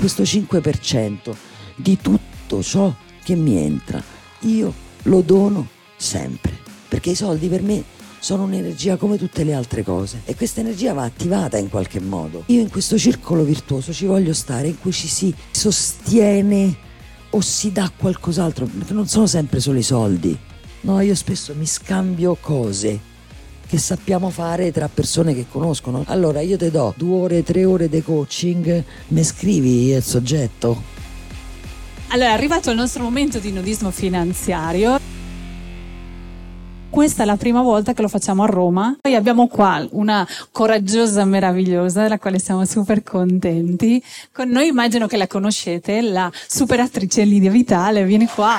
questo 5% di tutto ciò che mi entra, io lo dono sempre, perché i soldi per me sono un'energia come tutte le altre cose e questa energia va attivata in qualche modo. Io in questo circolo virtuoso ci voglio stare, in cui ci si sostiene o si dà qualcos'altro, perché non sono sempre solo i soldi. No, io spesso mi scambio cose che sappiamo fare tra persone che conoscono. Allora io ti do 2 ore, 3 ore di coaching, mi scrivi il soggetto? Allora è arrivato il nostro momento di nudismo finanziario. Questa è la prima volta che lo facciamo a Roma. Noi abbiamo qua una coraggiosa meravigliosa, della quale siamo super contenti. Con noi, immagino che la conoscete, la super attrice Lidia Vitale. Vieni qua.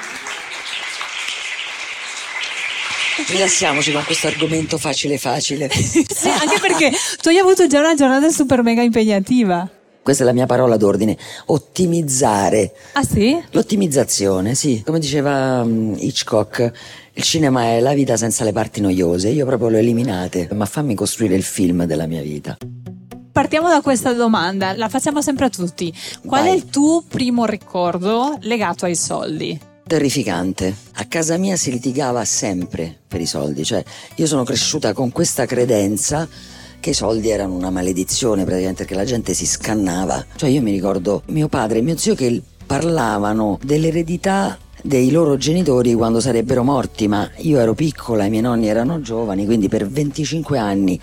Rilassiamoci con questo argomento facile. Sì, anche perché tu hai avuto già una giornata super mega impegnativa. Questa è la mia parola d'ordine, ottimizzare. Ah sì? L'ottimizzazione, sì. Come diceva Hitchcock, il cinema è la vita senza le parti noiose. Io proprio le ho eliminate, ma fammi costruire il film della mia vita. Partiamo da questa domanda, la facciamo sempre a tutti. Qual Vai. è il tuo primo ricordo legato ai soldi? Terrificante. A casa mia si litigava sempre per i soldi, cioè io sono cresciuta con questa credenza che i soldi erano una maledizione, praticamente, perché la gente si scannava. Cioè io mi ricordo mio padre e mio zio che parlavano dell'eredità dei loro genitori quando sarebbero morti, ma io ero piccola, i miei nonni erano giovani, quindi per 25 anni,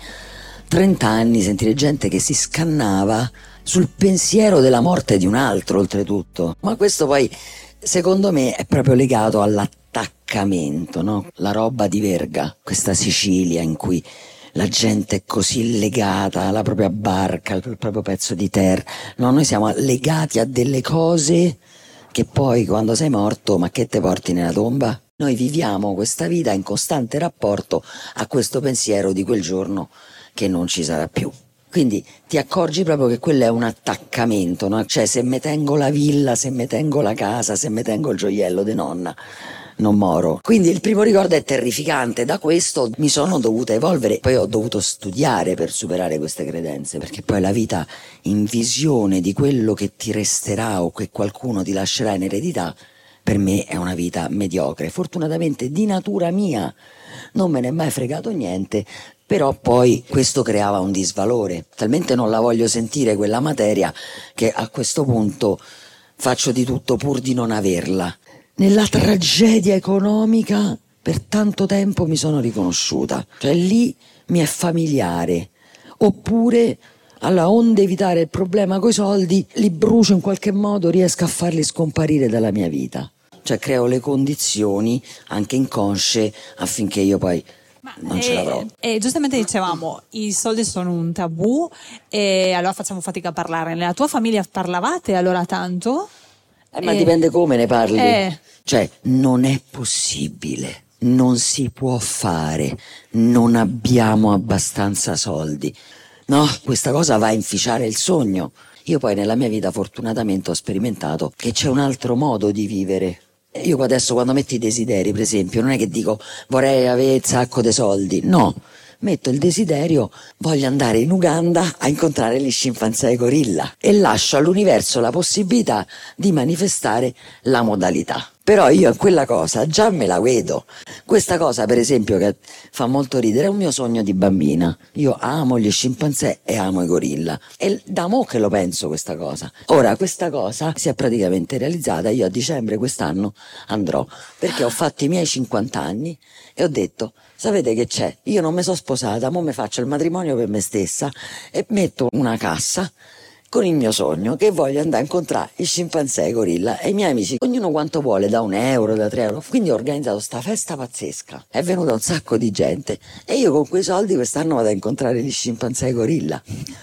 30 anni sentire gente che si scannava sul pensiero della morte di un altro, oltretutto. Ma questo poi, secondo me, è proprio legato all'attaccamento, no? La roba di Verga, questa Sicilia in cui la gente è così legata alla propria barca, al proprio pezzo di terra. No, noi siamo legati a delle cose che poi quando sei morto, ma che te porti nella tomba? Noi viviamo questa vita in costante rapporto a questo pensiero di quel giorno che non ci sarà più. Quindi ti accorgi proprio che quello è un attaccamento, no? Cioè se me tengo la villa, se me tengo la casa, se me tengo il gioiello di nonna, non moro. Quindi il primo ricordo è terrificante. Da questo mi sono dovuta evolvere, poi ho dovuto studiare per superare queste credenze, perché poi la vita in visione di quello che ti resterà o che qualcuno ti lascerà in eredità, per me è una vita mediocre. Fortunatamente di natura mia non me ne è mai fregato niente, però poi questo creava un disvalore. Talmente non la voglio sentire quella materia che a questo punto faccio di tutto pur di non averla. Nella tragedia economica per tanto tempo mi sono riconosciuta, cioè lì mi è familiare. Oppure, allora, onde evitare il problema coi soldi, li brucio in qualche modo, riesco a farli scomparire dalla mia vita. Cioè creo le condizioni, anche inconsce, affinché io poi non ce l'avrò. Giustamente dicevamo, i soldi sono un tabù e allora facciamo fatica a parlare. Nella tua famiglia parlavate allora tanto? Ma dipende come ne parli. Cioè, non è possibile, non si può fare, non abbiamo abbastanza soldi. No, questa cosa va a inficiare il sogno. Io poi nella mia vita fortunatamente ho sperimentato che c'è un altro modo di vivere. Io adesso quando metto i desideri, per esempio, non è che dico vorrei avere un sacco di soldi, no. Metto il desiderio, voglio andare in Uganda a incontrare gli scimpanzé gorilla e lascio all'universo la possibilità di manifestare la modalità. Però io in quella cosa già me la vedo. Questa cosa, per esempio, che fa molto ridere, è un mio sogno di bambina. Io amo gli scimpanzé e amo i gorilla. E da mo' che lo penso questa cosa. Ora, questa cosa si è praticamente realizzata. Io a dicembre quest'anno andrò, perché ho fatto i miei 50 anni e ho detto, sapete che c'è? Io non mi sono sposata, mo' mi faccio il matrimonio per me stessa e metto una cassa con il mio sogno, che voglio andare a incontrare i scimpanzé, i gorilla e i miei amici, ognuno quanto vuole, da €1, da €3. Quindi ho organizzato sta festa pazzesca, è venuta un sacco di gente e io con quei soldi quest'anno vado a incontrare gli scimpanzé e i gorilla.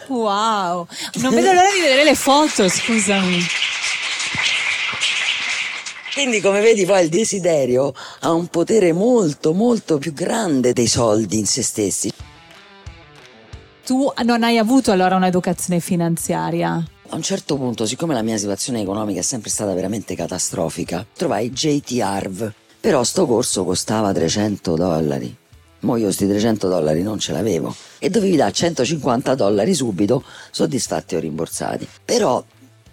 Wow, non vedo l'ora di vedere le foto, scusami. Quindi come vedi poi il desiderio ha un potere molto molto più grande dei soldi in se stessi. Tu non hai avuto allora un'educazione finanziaria? A un certo punto, siccome la mia situazione economica è sempre stata veramente catastrofica, trovai JT Harv, però sto corso costava $300. Mo io sti $300 non ce l'avevo e dovevi dare $150 subito, soddisfatti o rimborsati. Però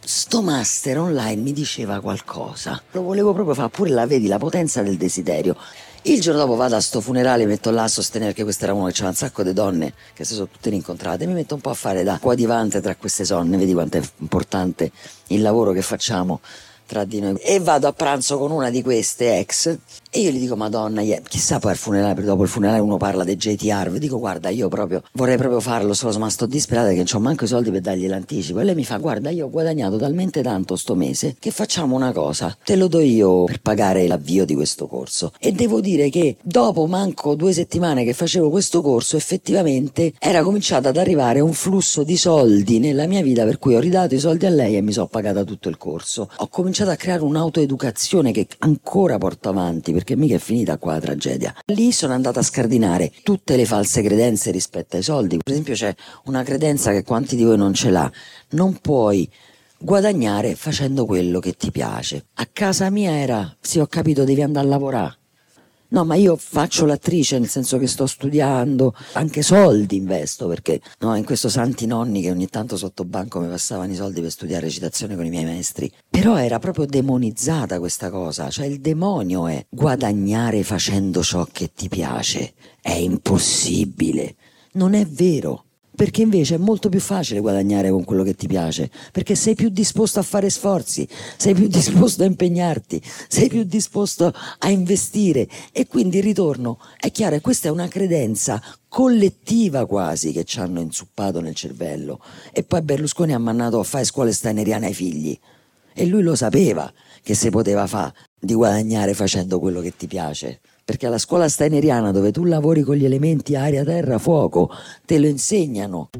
sto master online mi diceva qualcosa, lo volevo proprio fare, pure vedi la potenza del desiderio. Il giorno dopo vado a sto funerale, metto là a sostenere che questa era uno che c'era un sacco di donne che si sono tutte rincontrate, mi metto un po' a fare da coadiuvante tra queste donne, vedi quanto è importante il lavoro che facciamo tra di noi. E vado a pranzo con una di queste ex e io gli dico: Madonna, chissà poi al funerale, perché dopo il funerale uno parla dei JTR, vi dico: guarda, io proprio vorrei proprio farlo, solo ma sto disperata che non c'ho manco i soldi per dargli l'anticipo. E lei mi fa: guarda, io ho guadagnato talmente tanto sto mese che facciamo una cosa, te lo do io per pagare l'avvio di questo corso. E devo dire che dopo manco 2 settimane che facevo questo corso, effettivamente era cominciato ad arrivare un flusso di soldi nella mia vita, per cui ho ridato i soldi a lei e mi sono pagata tutto il corso. Ho cominciato a creare un'autoeducazione che ancora porto avanti, perché mica è finita qua la tragedia. Lì sono andata a scardinare tutte le false credenze rispetto ai soldi. Per esempio c'è una credenza che quanti di voi non ce l'ha: non puoi guadagnare facendo quello che ti piace. A casa mia era: sì, ho capito, devi andare a lavorare. No, ma io faccio l'attrice, nel senso che sto studiando, anche soldi investo, perché no, in questo santi nonni che ogni tanto sotto banco mi passavano i soldi per studiare recitazione con i miei maestri. Però era proprio demonizzata questa cosa, cioè il demonio è guadagnare facendo ciò che ti piace. È impossibile, non è vero. Perché invece è molto più facile guadagnare con quello che ti piace, perché sei più disposto a fare sforzi, sei più disposto a impegnarti, sei più disposto a investire, e quindi il ritorno è chiaro. E questa è una credenza collettiva quasi che ci hanno inzuppato nel cervello. E poi Berlusconi ha mandato a fare scuole steineriane ai figli, e lui lo sapeva che si poteva fare di guadagnare facendo quello che ti piace. Perché alla scuola steineriana, dove tu lavori con gli elementi aria, terra, fuoco, te lo insegnano.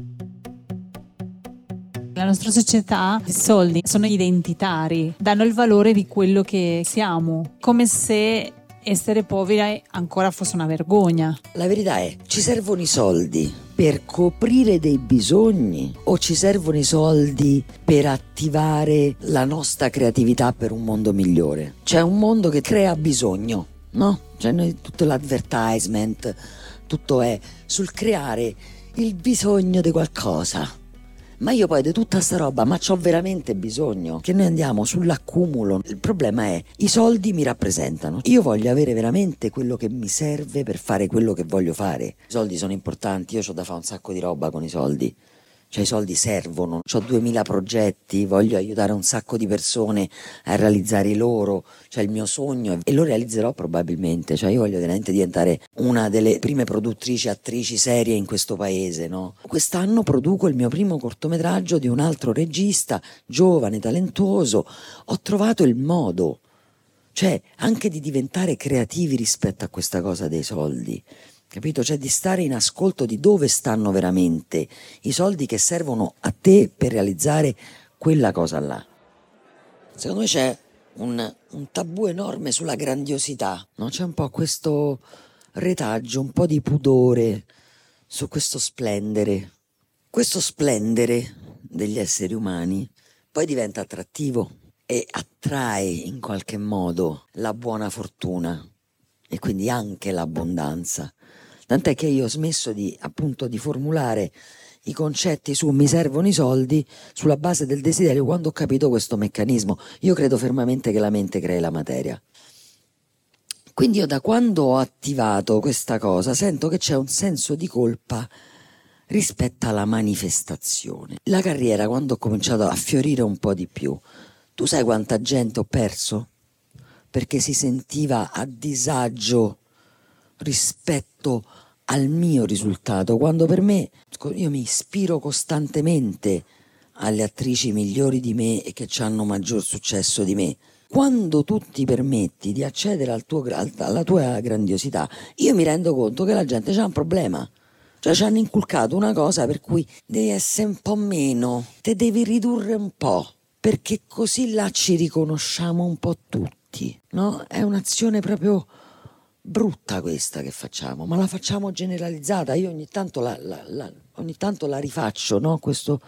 La nostra società, i soldi sono identitari, danno il valore di quello che siamo, come se essere poveri ancora fosse una vergogna. La verità è: ci servono i soldi per coprire dei bisogni o ci servono i soldi per attivare la nostra creatività per un mondo migliore? C'è un mondo che crea bisogno, no? Cioè noi, tutto l'advertisement, tutto è sul creare il bisogno di qualcosa. Ma io poi di tutta sta roba, ma c'ho veramente bisogno? Che noi andiamo sull'accumulo. Il problema è: i soldi mi rappresentano. Io voglio avere veramente quello che mi serve per fare quello che voglio fare. I soldi sono importanti, io c'ho da fare un sacco di roba con i soldi. Cioè i soldi servono, ho 2000 progetti, voglio aiutare un sacco di persone a realizzare i loro, cioè il mio sogno, e lo realizzerò probabilmente. Cioè io voglio veramente diventare una delle prime produttrici, attrici serie in questo paese, no? Quest'anno produco il mio primo cortometraggio di un altro regista, giovane, talentuoso. Ho trovato il modo, cioè anche di diventare creativi rispetto a questa cosa dei soldi. Capito? Cioè di stare in ascolto di dove stanno veramente i soldi che servono a te per realizzare quella cosa là. Secondo me c'è un tabù enorme sulla grandiosità, no? C'è un po' questo retaggio, un po' di pudore su questo splendere. Questo splendere degli esseri umani poi diventa attrattivo e attrae in qualche modo la buona fortuna e quindi anche l'abbondanza. Tant'è che io ho smesso di formulare i concetti su mi servono i soldi sulla base del desiderio, quando ho capito questo meccanismo. Io credo fermamente che la mente crei la materia. Quindi io, da quando ho attivato questa cosa, sento che c'è un senso di colpa rispetto alla manifestazione. La carriera, quando ho cominciato a fiorire un po' di più, tu sai quanta gente ho perso? Perché si sentiva a disagio rispetto al mio risultato, quando per me, io mi ispiro costantemente alle attrici migliori di me e che hanno maggior successo di me. Quando tu ti permetti di accedere alla tua grandiosità, io mi rendo conto che la gente c'ha un problema. Cioè ci hanno inculcato una cosa per cui devi essere un po' meno, te devi ridurre un po', perché così là ci riconosciamo un po' tutti, no? È un'azione proprio brutta questa che facciamo, ma la facciamo generalizzata. Io ogni tanto la rifaccio, no? Questo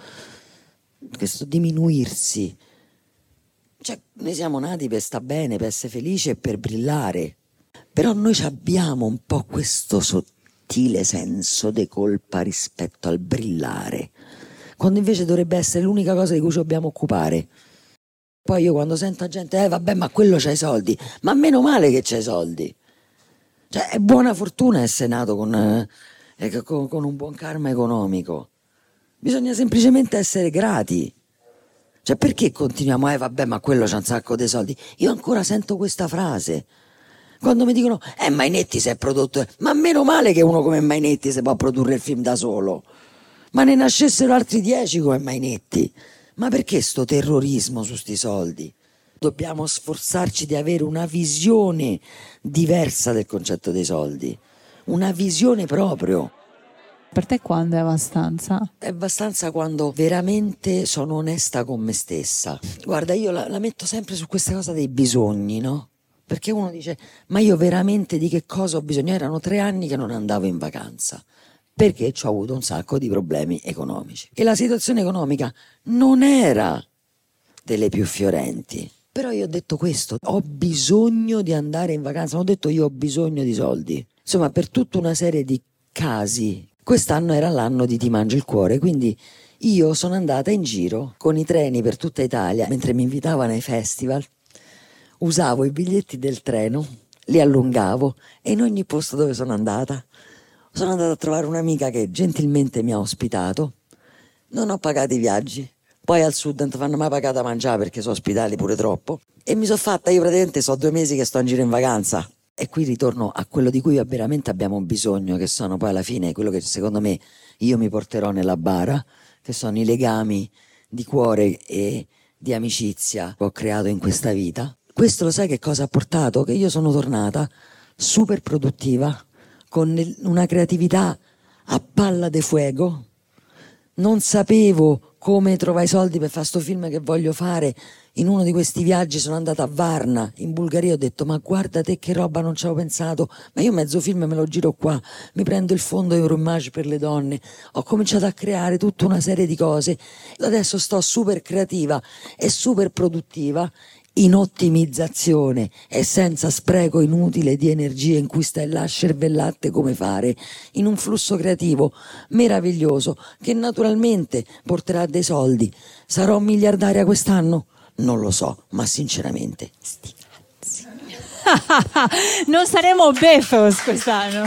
diminuirsi. Cioè, noi siamo nati per sta bene, per essere felici e per brillare. Però noi abbiamo un po' questo sottile senso di colpa rispetto al brillare, quando invece dovrebbe essere l'unica cosa di cui ci dobbiamo occupare. Poi io quando sento gente, vabbè, ma quello c'ha i soldi, ma meno male che c'ha i soldi. Cioè, è buona fortuna essere nato con un buon karma economico. Bisogna semplicemente essere grati. Cioè, perché continuiamo, vabbè, ma quello c'ha un sacco di soldi? Io ancora sento questa frase. Quando mi dicono, Mainetti si è prodotto, ma meno male che uno come Mainetti si può produrre il film da solo. Ma ne nascessero altri 10 come Mainetti. Ma perché sto terrorismo su sti soldi? Dobbiamo sforzarci di avere una visione diversa del concetto dei soldi. Una visione proprio. Per te quando è abbastanza? È abbastanza quando veramente sono onesta con me stessa. Guarda, io la metto sempre su questa cosa dei bisogni, no? Perché uno dice, ma io veramente di che cosa ho bisogno? Erano 3 anni che non andavo in vacanza, perché ci ho avuto un sacco di problemi economici. E la situazione economica non era delle più fiorenti. Però io ho detto questo, ho bisogno di andare in vacanza, non ho detto io ho bisogno di soldi. Insomma, per tutta una serie di casi. Quest'anno era l'anno di Ti mangio il cuore, quindi io sono andata in giro con i treni per tutta Italia, mentre mi invitavano ai festival, usavo i biglietti del treno, li allungavo e in ogni posto dove sono andata a trovare un'amica che gentilmente mi ha ospitato, non ho pagato i viaggi, poi al sud non ti fanno mai pagare da mangiare perché sono ospitali pure troppo, e mi sono fatta, io praticamente so 2 mesi che sto in giro in vacanza. E qui ritorno a quello di cui veramente abbiamo bisogno, che sono poi alla fine quello che secondo me io mi porterò nella bara, che sono i legami di cuore e di amicizia che ho creato in questa vita. Questo lo sai che cosa ha portato? Che io sono tornata super produttiva, con una creatività a palla de fuego. Non sapevo come trovare i soldi per fare sto film che voglio fare. In uno di questi viaggi sono andata a Varna, in Bulgaria, ho detto, ma guarda te che roba, non ci avevo pensato, ma io mezzo film me lo giro qua, mi prendo il fondo Euroimage per le donne, ho cominciato a creare tutta una serie di cose, adesso sto super creativa e super produttiva, in ottimizzazione e senza spreco inutile di energie in cui stai là a scervellate come fare, in un flusso creativo meraviglioso che naturalmente porterà dei soldi. Sarò miliardaria quest'anno? Non lo so, ma sinceramente sti cazzi. Non saremo Bezos quest'anno.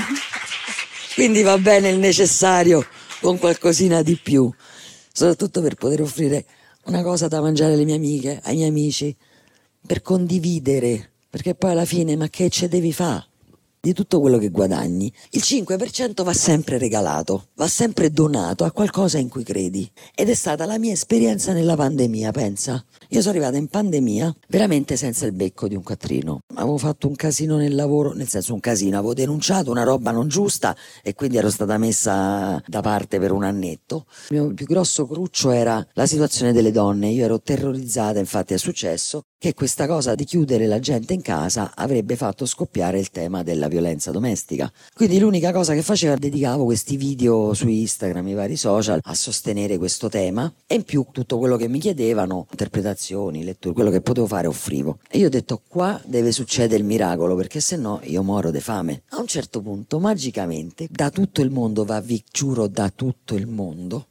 Quindi va bene il necessario con qualcosina di più, soprattutto per poter offrire una cosa da mangiare alle mie amiche, ai miei amici, per condividere, perché poi alla fine ma che ce devi fare? Di tutto quello che guadagni, il 5% va sempre regalato, va sempre donato a qualcosa in cui credi. Ed è stata la mia esperienza nella pandemia, pensa. Io sono arrivata in pandemia veramente senza il becco di un quattrino. Avevo fatto un casino nel lavoro, nel senso un casino, avevo denunciato una roba non giusta e quindi ero stata messa da parte per un annetto. Il mio più grosso cruccio era la situazione delle donne. Io ero terrorizzata, infatti è successo che questa cosa di chiudere la gente in casa avrebbe fatto scoppiare il tema della violenza domestica. Quindi l'unica cosa che facevo, dedicavo questi video su Instagram, i vari social, a sostenere questo tema, e in più tutto quello che mi chiedevano, interpretazioni, letture, quello che potevo fare offrivo. E io ho detto, qua deve succedere il miracolo, perché se no io moro di fame. A un certo punto, magicamente, da tutto il mondo, vi giuro, da tutto il mondo,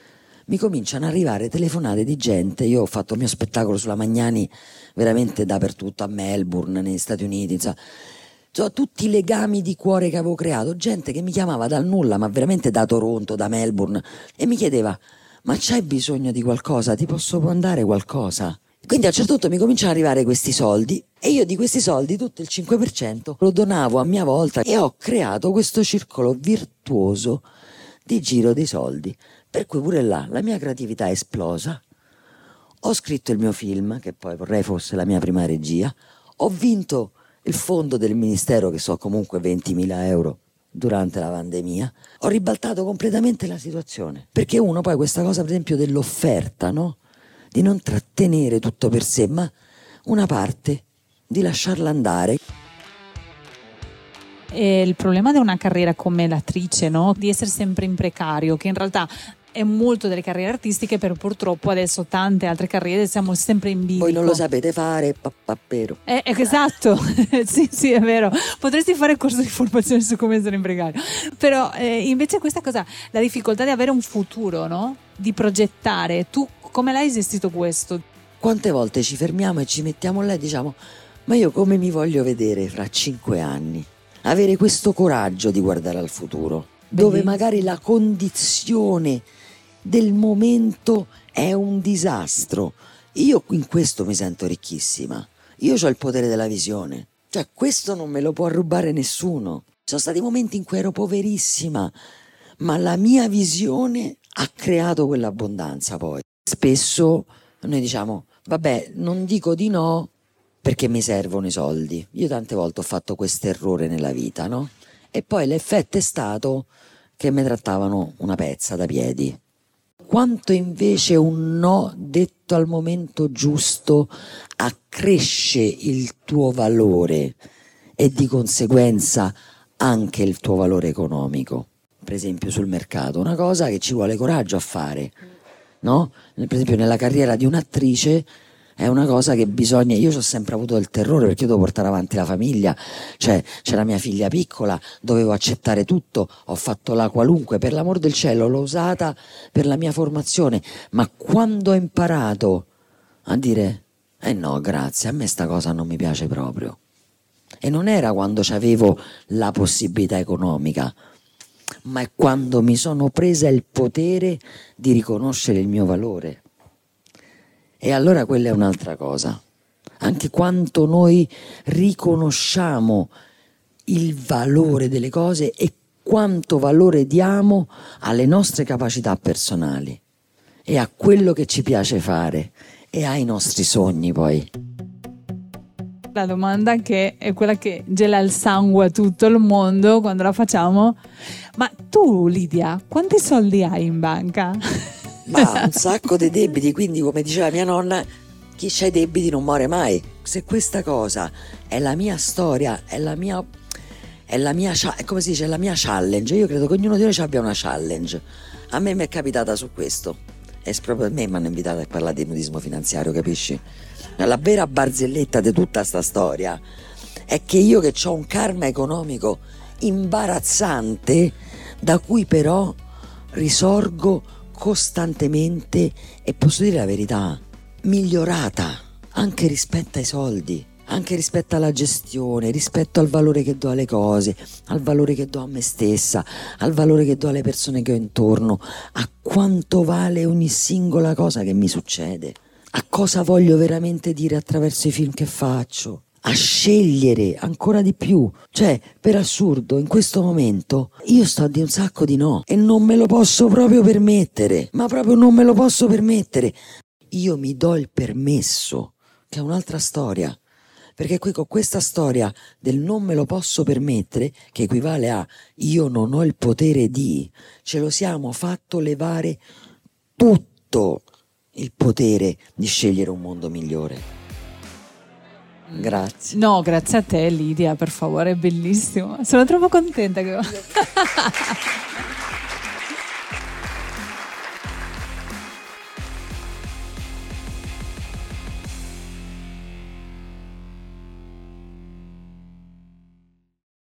mi cominciano ad arrivare telefonate di gente. Io ho fatto il mio spettacolo sulla Magnani veramente dappertutto, a Melbourne, negli Stati Uniti, insomma, tutti i legami di cuore che avevo creato, gente che mi chiamava dal nulla, ma veramente da Toronto, da Melbourne, e mi chiedeva, ma c'hai bisogno di qualcosa? Ti posso mandare qualcosa? Quindi a un certo punto mi cominciano ad arrivare questi soldi e io di questi soldi tutto il 5% lo donavo a mia volta e ho creato questo circolo virtuoso di giro dei soldi. Per cui pure là la mia creatività è esplosa, ho scritto il mio film, che poi vorrei fosse la mia prima regia, ho vinto il fondo del ministero, che so comunque 20.000 euro durante la pandemia, ho ribaltato completamente la situazione. Perché uno poi questa cosa per esempio dell'offerta, no? Di non trattenere tutto per sé, ma una parte, di lasciarla andare. E il problema di una carriera come l'attrice, no? Di essere sempre in precario, che in realtà è molto delle carriere artistiche, però purtroppo adesso tante altre carriere siamo sempre in bilico. Voi non lo sapete fare, pappero. Esatto, sì, è vero. Potresti fare corso di formazione su come essere in precario. Però invece questa cosa, la difficoltà di avere un futuro, no? Di progettare. Tu come l'hai gestito questo? quante volte ci fermiamo e ci mettiamo là e diciamo: ma io come mi voglio vedere fra 5 anni? Avere questo coraggio di guardare al futuro, dove magari la condizione del momento è un disastro. Io in questo mi sento ricchissima. Io ho il potere della visione. Cioè, questo non me lo può rubare nessuno. Ci sono stati momenti in cui ero poverissima, ma la mia visione ha creato quell'abbondanza poi. Spesso noi diciamo: vabbè, non dico di no perché mi servono i soldi. Io tante volte ho fatto questo errore nella vita, no? E poi l'effetto è stato che mi trattavano una pezza da piedi. Quanto invece un no detto al momento giusto accresce il tuo valore e di conseguenza anche il tuo valore economico. Per esempio sul mercato, una cosa che ci vuole coraggio a fare, no? Per esempio nella carriera di un'attrice è una cosa che bisogna. Io ho sempre avuto il terrore perché io devo portare avanti la famiglia, cioè c'era mia figlia piccola, dovevo accettare tutto, ho fatto la qualunque, per l'amor del cielo l'ho usata per la mia formazione, ma quando ho imparato a dire no grazie, a me sta cosa non mi piace proprio, e non era quando c'avevo la possibilità economica, ma è quando mi sono presa il potere di riconoscere il mio valore. E allora quella è un'altra cosa. Anche quanto noi riconosciamo il valore delle cose e quanto valore diamo alle nostre capacità personali e a quello che ci piace fare e ai nostri sogni poi. La domanda che è quella che gela il sangue a tutto il mondo quando la facciamo: ma tu, Lidia, quanti soldi hai in banca? Ma un sacco di debiti, quindi come diceva mia nonna, chi c'ha i debiti non muore mai. Se questa cosa è la mia storia, è come si dice, è la mia challenge. Io credo che ognuno di noi abbia una challenge. A me mi è capitata su questo, e proprio a me mi hanno invitato a parlare di nudismo finanziario, capisci? La vera barzelletta di tutta sta storia è che io, che ho un karma economico imbarazzante, da cui però risorgo costantemente, e posso dire la verità, migliorata anche rispetto ai soldi, anche rispetto alla gestione, rispetto al valore che do alle cose, al valore che do a me stessa, al valore che do alle persone che ho intorno, a quanto vale ogni singola cosa che mi succede, a cosa voglio veramente dire attraverso i film che faccio, a scegliere ancora di più. Cioè, per assurdo, in questo momento io sto a dire un sacco di no e non me lo posso proprio permettere, ma proprio non me lo posso permettere. Io mi do il permesso, che è un'altra storia, perché qui con questa storia del non me lo posso permettere, che equivale a io non ho il potere di, ce lo siamo fatto levare tutto il potere di scegliere un mondo migliore. Grazie. No, grazie a te, Lidia, per favore, è bellissimo. Sono troppo contenta che